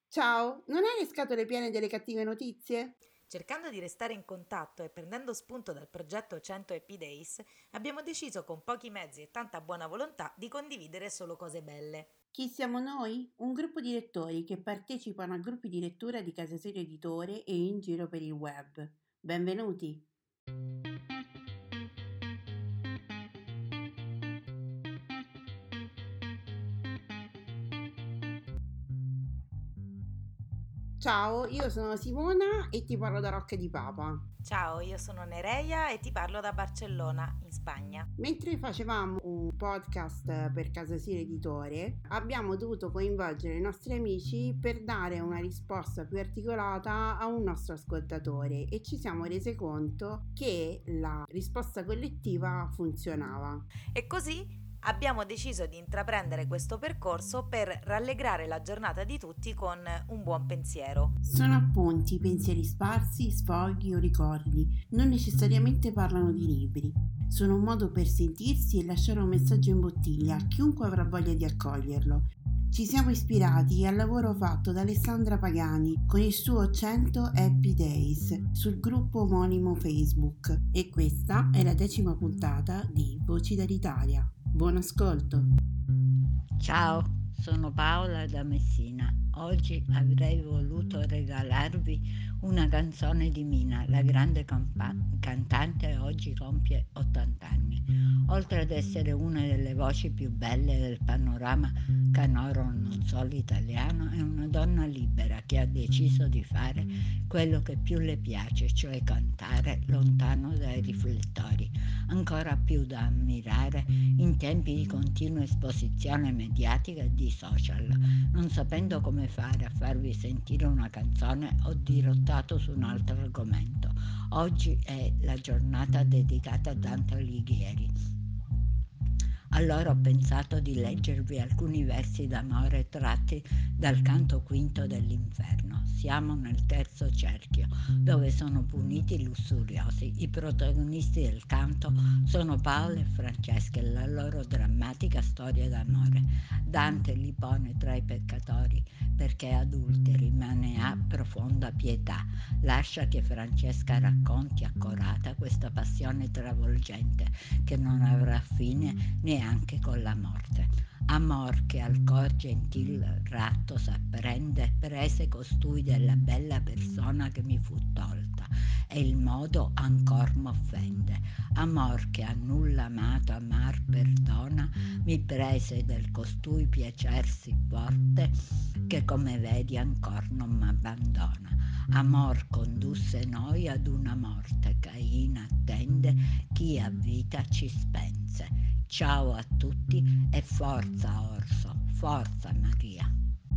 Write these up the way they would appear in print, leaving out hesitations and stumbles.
Ciao, non hai le scatole piene delle cattive notizie? Cercando di restare in contatto e prendendo spunto dal progetto 100 Happy Days, abbiamo deciso con pochi mezzi e tanta buona volontà di condividere solo cose belle. Chi siamo noi? Un gruppo di lettori che partecipano a gruppi di lettura di Casa Serio Editore e in giro per il web. Benvenuti! Ciao, io sono Simona e ti parlo da Rocca di Papa. Ciao, io sono Nereia e ti parlo da Barcellona, in Spagna. Mentre facevamo un podcast per Casa Serio Editore, abbiamo dovuto coinvolgere i nostri amici per dare una risposta più articolata a un nostro ascoltatore e ci siamo resi conto che la risposta collettiva funzionava. E così abbiamo deciso di intraprendere questo percorso per rallegrare la giornata di tutti con un buon pensiero. Sono appunti, pensieri sparsi, sfoghi o ricordi, non necessariamente parlano di libri. Sono un modo per sentirsi e lasciare un messaggio in bottiglia a chiunque avrà voglia di accoglierlo. Ci siamo ispirati al lavoro fatto da Alessandra Pagani con il suo 100 Happy Days sul gruppo omonimo Facebook e questa è la 10ª puntata di Voci dall'Italia. Buon ascolto! Ciao, sono Paola da Messina. Oggi avrei voluto regalarvi una canzone di Mina, la grande cantante oggi compie 80 anni. Oltre ad essere una delle voci più belle del panorama canoro non solo italiano, è una donna libera che ha deciso di fare quello che più le piace, cioè cantare lontano dai riflettori, ancora più da ammirare in tempi di continua esposizione mediatica e di social. Non sapendo come fare a farvi sentire una canzone, ho dirottato su un altro argomento. Oggi è la giornata dedicata a Dante Alighieri. Allora ho pensato di leggervi alcuni versi d'amore tratti dal canto quinto dell'Inferno. Siamo nel terzo cerchio, dove sono puniti i lussuriosi. I protagonisti del canto sono Paolo e Francesca e la loro drammatica storia d'amore. Dante li pone tra i peccatori perché è adulteri, ma ne ha profonda pietà. Lascia che Francesca racconti accorata questa passione travolgente che non avrà fine neanche con la morte. Amor che al cor gentil ratto s'apprende, prese costui della bella persona che mi fu tolta, e il modo ancor m'offende. Amor che a nulla amato amar perdona, mi prese del costui piacer sì forte, che come vedi ancor non m'abbandona. Amor condusse noi ad una morte, Cain attende, chi a vita ci spense. Ciao a tutti e forza Orso, forza Maria.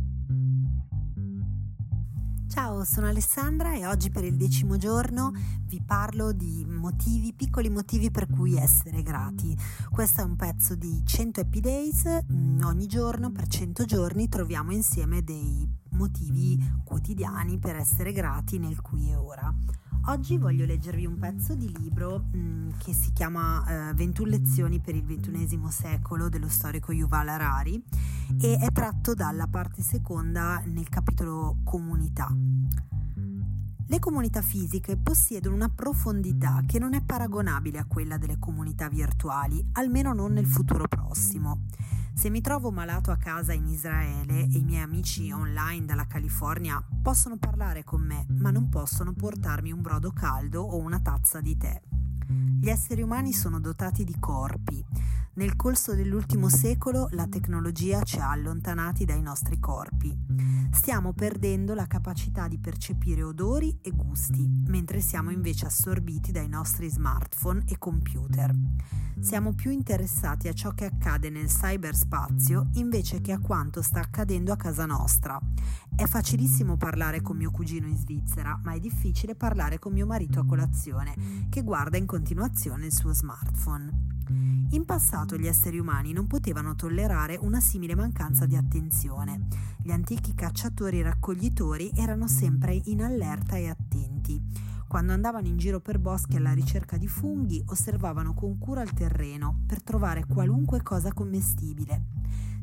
Ciao, sono Alessandra e oggi per il 10° giorno vi parlo di piccoli motivi per cui essere grati. Questo è un pezzo di 100 Happy Days. Ogni giorno per 100 giorni troviamo insieme dei motivi quotidiani per essere grati nel qui e ora. Oggi voglio leggervi un pezzo di libro che si chiama 21 lezioni per il XXI secolo dello storico Yuval Harari e è tratto dalla parte seconda nel capitolo comunità. Le comunità fisiche possiedono una profondità che non è paragonabile a quella delle comunità virtuali, almeno non nel futuro prossimo. Se mi trovo malato a casa in Israele e i miei amici online dalla California possono parlare con me, ma non possono portarmi un brodo caldo o una tazza di tè. Gli esseri umani sono dotati di corpi. Nel corso dell'ultimo secolo la tecnologia ci ha allontanati dai nostri corpi. Stiamo perdendo la capacità di percepire odori e gusti, mentre siamo invece assorbiti dai nostri smartphone e computer. Siamo più interessati a ciò che accade nel cyberspazio invece che a quanto sta accadendo a casa nostra. È facilissimo parlare con mio cugino in Svizzera, ma è difficile parlare con mio marito a colazione, che guarda in continuazione il suo smartphone. In passato gli esseri umani non potevano tollerare una simile mancanza di attenzione. Gli antichi cacciatori e raccoglitori erano sempre in allerta e attenti. Quando andavano in giro per boschi alla ricerca di funghi, osservavano con cura il terreno per trovare qualunque cosa commestibile.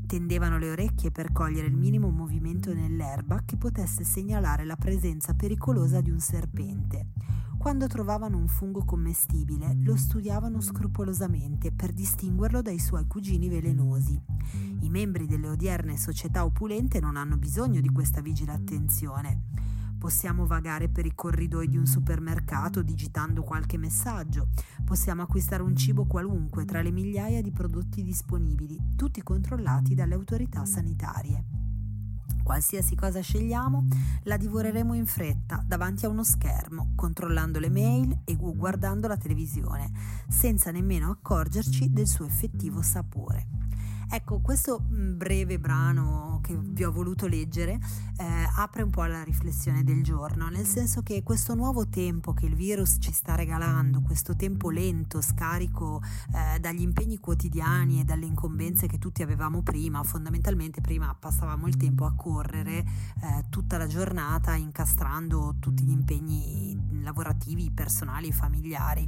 Tendevano le orecchie per cogliere il minimo movimento nell'erba che potesse segnalare la presenza pericolosa di un serpente. Quando trovavano un fungo commestibile, lo studiavano scrupolosamente per distinguerlo dai suoi cugini velenosi. I membri delle odierne società opulente non hanno bisogno di questa vigile attenzione. Possiamo vagare per i corridoi di un supermercato digitando qualche messaggio. Possiamo acquistare un cibo qualunque tra le migliaia di prodotti disponibili, tutti controllati dalle autorità sanitarie. Qualsiasi cosa scegliamo, la divoreremo in fretta davanti a uno schermo, controllando le mail e guardando la televisione, senza nemmeno accorgerci del suo effettivo sapore. Ecco, questo breve brano che vi ho voluto leggere apre un po' alla riflessione del giorno, nel senso che questo nuovo tempo che il virus ci sta regalando, questo tempo lento, scarico dagli impegni quotidiani e dalle incombenze che tutti avevamo prima, fondamentalmente prima passavamo il tempo a correre tutta la giornata incastrando tutti gli impegni lavorativi, personali e familiari.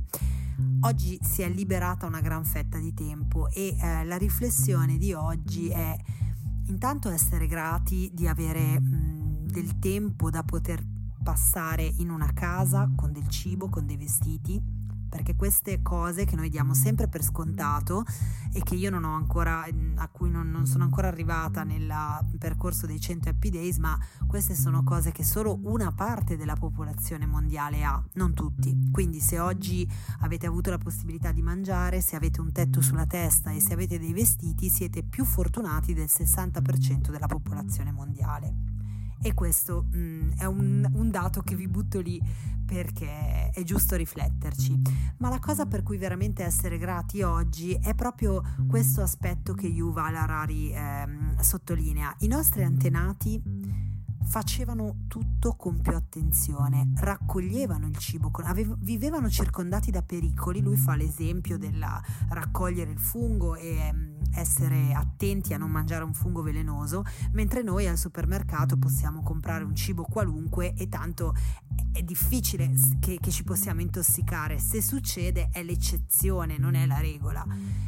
Oggi si è liberata una gran fetta di tempo e la riflessione di oggi è intanto essere grati di avere del tempo da poter passare in una casa con del cibo, con dei vestiti, perché queste cose che noi diamo sempre per scontato e che io non ho ancora, a cui non sono ancora arrivata nel percorso dei 100 Happy Days, ma queste sono cose che solo una parte della popolazione mondiale ha, non tutti. Quindi se oggi avete avuto la possibilità di mangiare, se avete un tetto sulla testa e se avete dei vestiti, siete più fortunati del 60% della popolazione mondiale. E questo è un dato che vi butto lì perché è giusto rifletterci. Ma la cosa per cui veramente essere grati oggi è proprio questo aspetto che Yuval Harari sottolinea. I nostri antenati facevano tutto con più attenzione, raccoglievano il cibo, vivevano circondati da pericoli. Lui fa l'esempio della raccogliere il fungo e essere attenti a non mangiare un fungo velenoso, mentre noi al supermercato possiamo comprare un cibo qualunque e tanto è difficile che ci possiamo intossicare. Se succede è l'eccezione, non è la regola.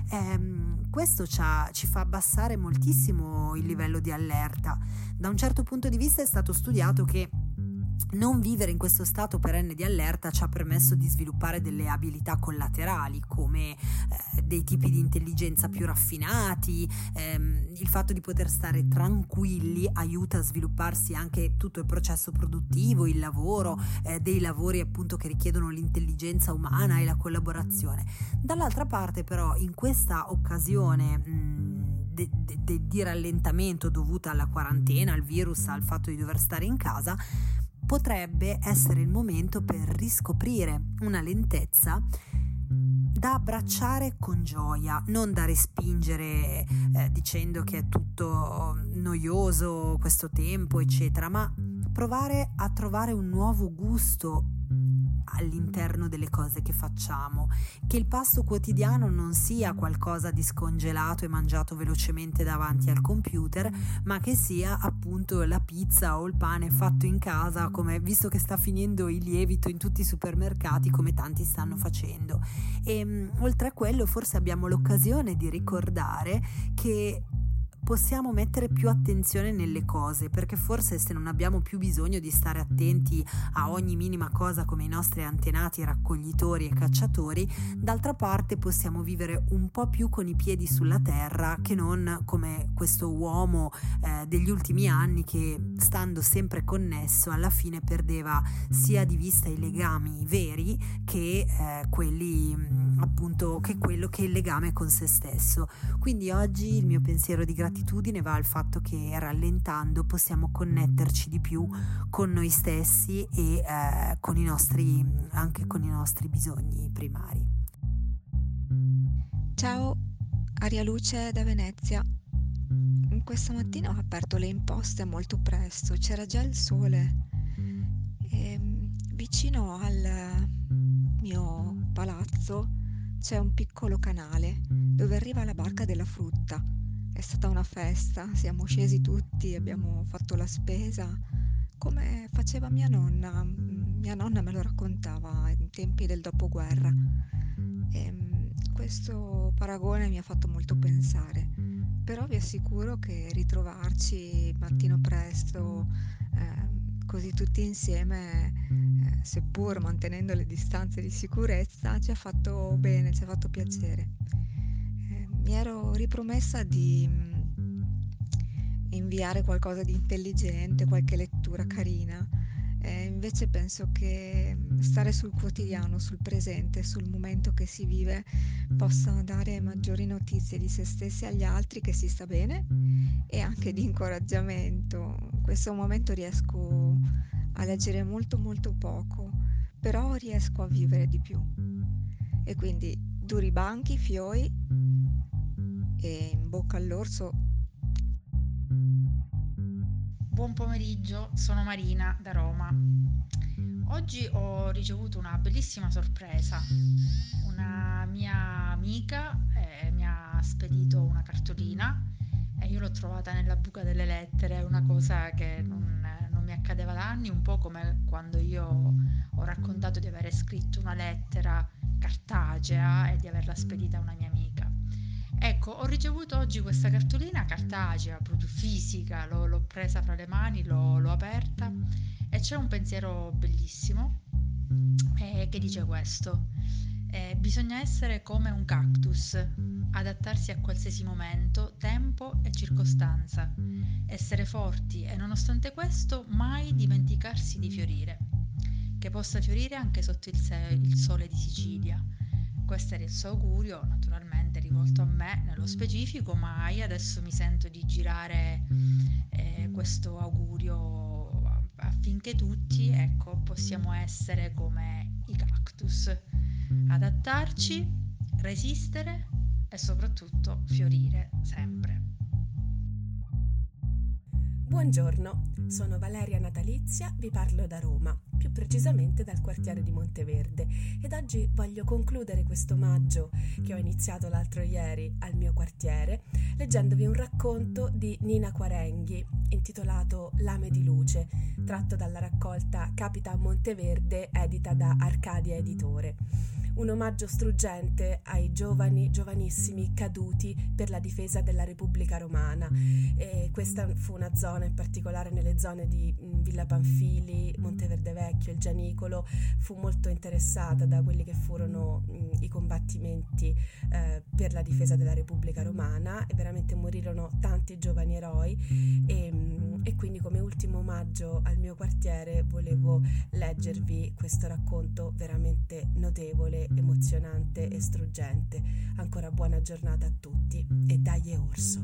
Questo ci fa abbassare moltissimo il livello di allerta. Da un certo punto di vista è stato studiato che non vivere in questo stato perenne di allerta ci ha permesso di sviluppare delle abilità collaterali come dei tipi di intelligenza più raffinati. Il fatto di poter stare tranquilli aiuta a svilupparsi anche tutto il processo produttivo, il lavoro, dei lavori appunto che richiedono l'intelligenza umana e la collaborazione. Dall'altra parte però in questa occasione di rallentamento dovuta alla quarantena, al virus, al fatto di dover stare in casa, potrebbe essere il momento per riscoprire una lentezza da abbracciare con gioia, non da respingere dicendo che è tutto noioso questo tempo, eccetera, ma provare a trovare un nuovo gusto all'interno delle cose che facciamo, che il pasto quotidiano non sia qualcosa di scongelato e mangiato velocemente davanti al computer, ma che sia appunto la pizza o il pane fatto in casa, come visto che sta finendo il lievito in tutti i supermercati come tanti stanno facendo. E oltre a quello forse abbiamo l'occasione di ricordare che possiamo mettere più attenzione nelle cose, perché forse se non abbiamo più bisogno di stare attenti a ogni minima cosa come i nostri antenati raccoglitori e cacciatori, d'altra parte possiamo vivere un po' più con i piedi sulla terra che non come questo uomo degli ultimi anni che, stando sempre connesso, alla fine perdeva sia di vista i legami veri che quelli appunto che quello che è il legame con se stesso. Quindi oggi il mio pensiero di gratitudine va al fatto che rallentando possiamo connetterci di più con noi stessi e anche con i nostri bisogni primari. Ciao, Aria Luce da Venezia. Questa mattina ho aperto le imposte molto presto, c'era già il sole e vicino al mio palazzo c'è un piccolo canale dove arriva la barca della frutta. È stata una festa, siamo scesi tutti, abbiamo fatto la spesa come faceva mia nonna. Mia nonna me lo raccontava ai tempi del dopoguerra. Questo paragone mi ha fatto molto pensare, però vi assicuro che ritrovarci mattino presto, così tutti insieme, seppur mantenendo le distanze di sicurezza, ci ha fatto bene, ci ha fatto piacere. Mi ero ripromessa di inviare qualcosa di intelligente, qualche lettura carina. Invece penso che stare sul quotidiano, sul presente, sul momento che si vive possa dare maggiori notizie di se stessi agli altri, che si sta bene, e anche di incoraggiamento. In questo momento riesco a leggere molto molto poco, però riesco a vivere di più. E quindi duri banchi, fioi e in bocca all'orso. Buon pomeriggio, sono Marina da Roma. Oggi ho ricevuto una bellissima sorpresa. Una mia amica mi ha spedito una cartolina e io l'ho trovata nella buca delle lettere, una cosa che non mi accadeva da anni, un po' come quando io ho raccontato di aver scritto una lettera cartacea e di averla spedita a una mia amica. Ecco, ho ricevuto oggi questa cartolina cartacea, proprio fisica, l'ho presa fra le mani, l'ho aperta e c'è un pensiero bellissimo che dice questo: bisogna essere come un cactus, adattarsi a qualsiasi momento, tempo e circostanza, essere forti e nonostante questo mai dimenticarsi di fiorire, che possa fiorire anche sotto il sole di Sicilia. Questo era il suo augurio, naturalmente rivolto a me nello specifico, ma io adesso mi sento di girare questo augurio affinché tutti, ecco, possiamo essere come i cactus, adattarci, resistere e soprattutto fiorire sempre. Buongiorno, sono Valeria Natalizia, vi parlo da Roma, più precisamente dal quartiere di Monteverde, ed oggi voglio concludere questo omaggio che ho iniziato l'altro ieri al mio quartiere leggendovi un racconto di Nina Quarenghi intitolato Lame di luce, tratto dalla raccolta Capita a Monteverde edita da Arcadia Editore. Un omaggio struggente ai giovanissimi caduti per la difesa della Repubblica Romana. E questa fu una zona, in particolare nelle zone di Villa Panfili, Monteverde Vecchio, il Gianicolo, fu molto interessata da quelli che furono i combattimenti per la difesa della Repubblica Romana, e veramente morirono tanti giovani eroi, e quindi come ultimo omaggio al mio quartiere volevo leggervi questo racconto veramente notevole, emozionante e struggente. Ancora buona giornata a tutti e dai orso.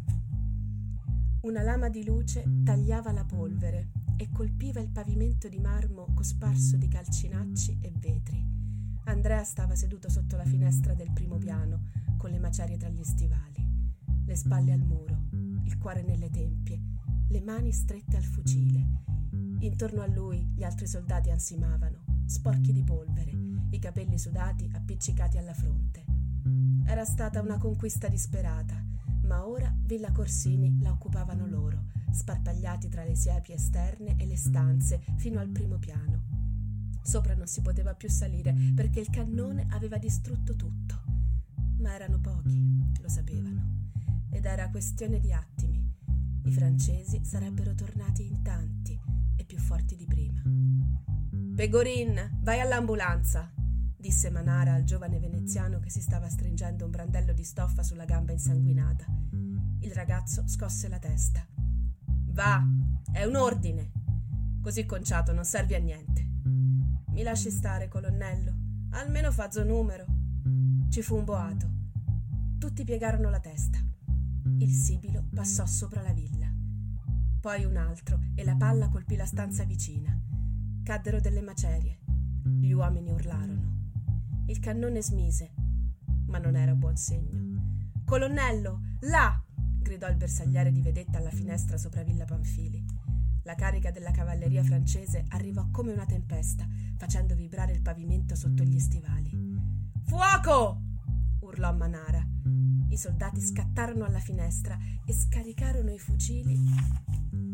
Una lama di luce tagliava la polvere e colpiva il pavimento di marmo cosparso di calcinacci e vetri. Andrea stava seduto sotto la finestra del primo piano, con le macerie tra gli stivali, le spalle al muro, il cuore nelle tempie, le mani strette al fucile. Intorno a lui gli altri soldati ansimavano, sporchi di polvere, i capelli sudati appiccicati alla fronte. Era stata una conquista disperata, ma ora Villa Corsini la occupavano loro, sparpagliati tra le siepi esterne e le stanze fino al primo piano. Sopra non si poteva più salire perché il cannone aveva distrutto tutto. Ma erano pochi, lo sapevano, ed era questione di attimi. I francesi sarebbero tornati in tanti e più forti di prima. «Pegorin, vai all'ambulanza!» disse Manara al giovane veneziano che si stava stringendo un brandello di stoffa sulla gamba insanguinata. Il ragazzo scosse la testa. «Va, è un ordine! Così conciato non serve a niente!» «Mi lasci stare, colonnello, almeno fazzo numero!» Ci fu un boato. Tutti piegarono la testa. Il sibilo passò sopra la villa. Poi un altro e la palla colpì la stanza vicina. Caddero delle macerie. Gli uomini urlarono. Il cannone smise, ma non era buon segno. «Colonnello, là!» gridò il bersagliere di vedetta alla finestra sopra Villa Panfili. La carica della cavalleria francese arrivò come una tempesta, facendo vibrare il pavimento sotto gli stivali. «Fuoco!» urlò Manara. I soldati scattarono alla finestra e scaricarono i fucili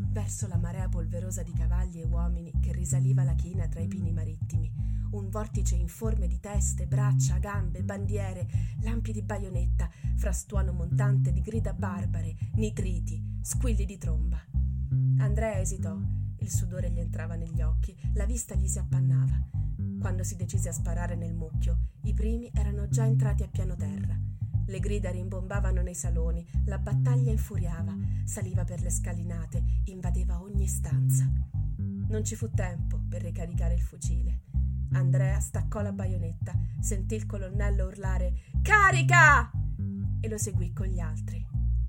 verso la marea polverosa di cavalli e uomini che risaliva la china tra i pini marittimi. Un vortice informe di teste, braccia, gambe, bandiere, lampi di baionetta, frastuono montante di grida barbare, nitriti, squilli di tromba. Andrea esitò, il sudore gli entrava negli occhi, la vista gli si appannava. Quando si decise a sparare nel mucchio, i primi erano già entrati a piano terra. Le grida rimbombavano nei saloni, la battaglia infuriava, saliva per le scalinate, invadeva ogni stanza. Non ci fu tempo per ricaricare il fucile. Andrea staccò la baionetta, sentì il colonnello urlare «Carica!» e lo seguì con gli altri.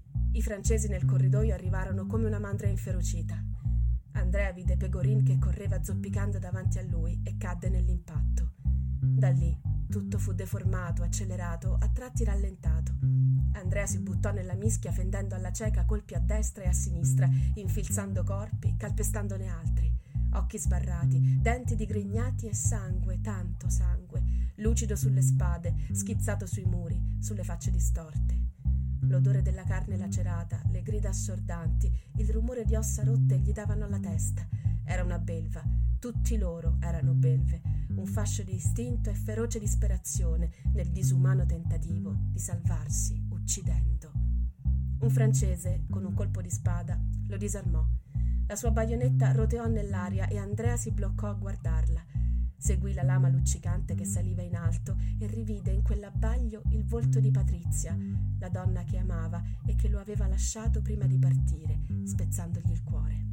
I francesi nel corridoio arrivarono come una mandria inferocita. Andrea vide Pegorin che correva zoppicando davanti a lui e cadde nell'impatto. Da lì tutto fu deformato, accelerato, a tratti rallentato. Andrea si buttò nella mischia fendendo alla cieca colpi a destra e a sinistra, infilzando corpi, calpestandone altri. Occhi sbarrati, denti digrignati e sangue, tanto sangue, lucido sulle spade, schizzato sui muri, sulle facce distorte. L'odore della carne lacerata, le grida assordanti, il rumore di ossa rotte gli davano alla testa. Era una belva, tutti loro erano belve, un fascio di istinto e feroce disperazione nel disumano tentativo di salvarsi uccidendo. Un francese, con un colpo di spada, lo disarmò. La sua baionetta roteò nell'aria e Andrea si bloccò a guardarla. Seguì la lama luccicante che saliva in alto e rivide in quell'abbaglio il volto di Patrizia, la donna che amava e che lo aveva lasciato prima di partire, spezzandogli il cuore.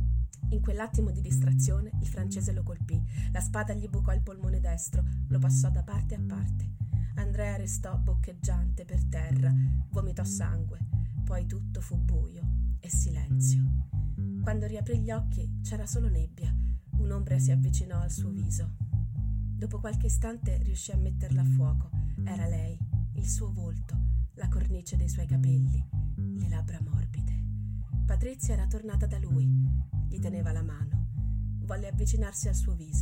In quell'attimo di distrazione il francese lo colpì, la spada gli bucò il polmone destro, lo passò da parte a parte. Andrea restò boccheggiante per terra, vomitò sangue, poi tutto fu buio e silenzio. Quando riaprì gli occhi c'era solo nebbia, un'ombra si avvicinò al suo viso. Dopo qualche istante riuscì a metterla a fuoco. Era lei, il suo volto, la cornice dei suoi capelli, le labbra morbide. Patrizia era tornata da lui, gli teneva la mano. Volle avvicinarsi al suo viso.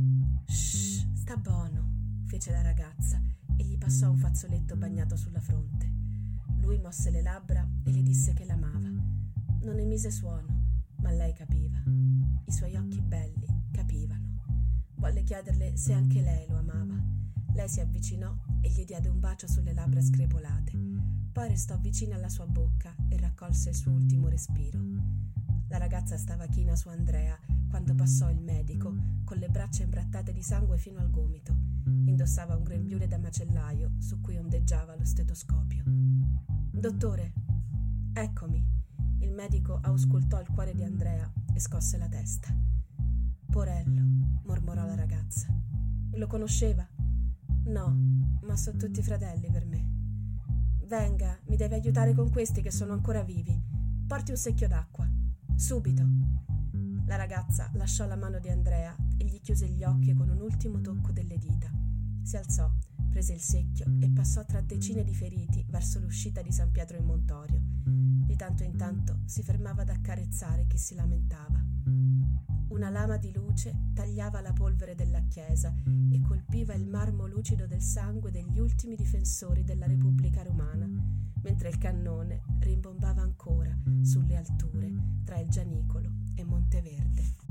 «Shh, sta buono», fece la ragazza e gli passò un fazzoletto bagnato sulla fronte. Lui mosse le labbra e le disse che l'amava. Non emise suono, ma lei capiva. I suoi occhi belli capivano. Volle chiederle se anche lei lo amava. Lei si avvicinò e gli diede un bacio sulle labbra screpolate. Poi restò vicina alla sua bocca e raccolse il suo ultimo respiro. La ragazza stava china su Andrea quando passò il medico, con le braccia imbrattate di sangue fino al gomito. Indossava un grembiule da macellaio su cui ondeggiava lo stetoscopio. «Dottore, eccomi». Il medico auscultò il cuore di Andrea e scosse la testa. «Porello», mormorò la ragazza. «Lo conosceva?» «No, ma sono tutti fratelli per me». «Venga, mi deve aiutare con questi che sono ancora vivi. Porti un secchio d'acqua. Subito». La ragazza lasciò la mano di Andrea e gli chiuse gli occhi con un ultimo tocco delle dita. Si alzò, prese il secchio e passò tra decine di feriti verso l'uscita di San Pietro in Montorio. Di tanto in tanto si fermava ad accarezzare chi si lamentava. Una lama di luce tagliava la polvere della chiesa e colpiva il marmo lucido del sangue degli ultimi difensori della Repubblica Romana, mentre il cannone rimbombava ancora sulle alture tra il Gianicolo e Monteverde.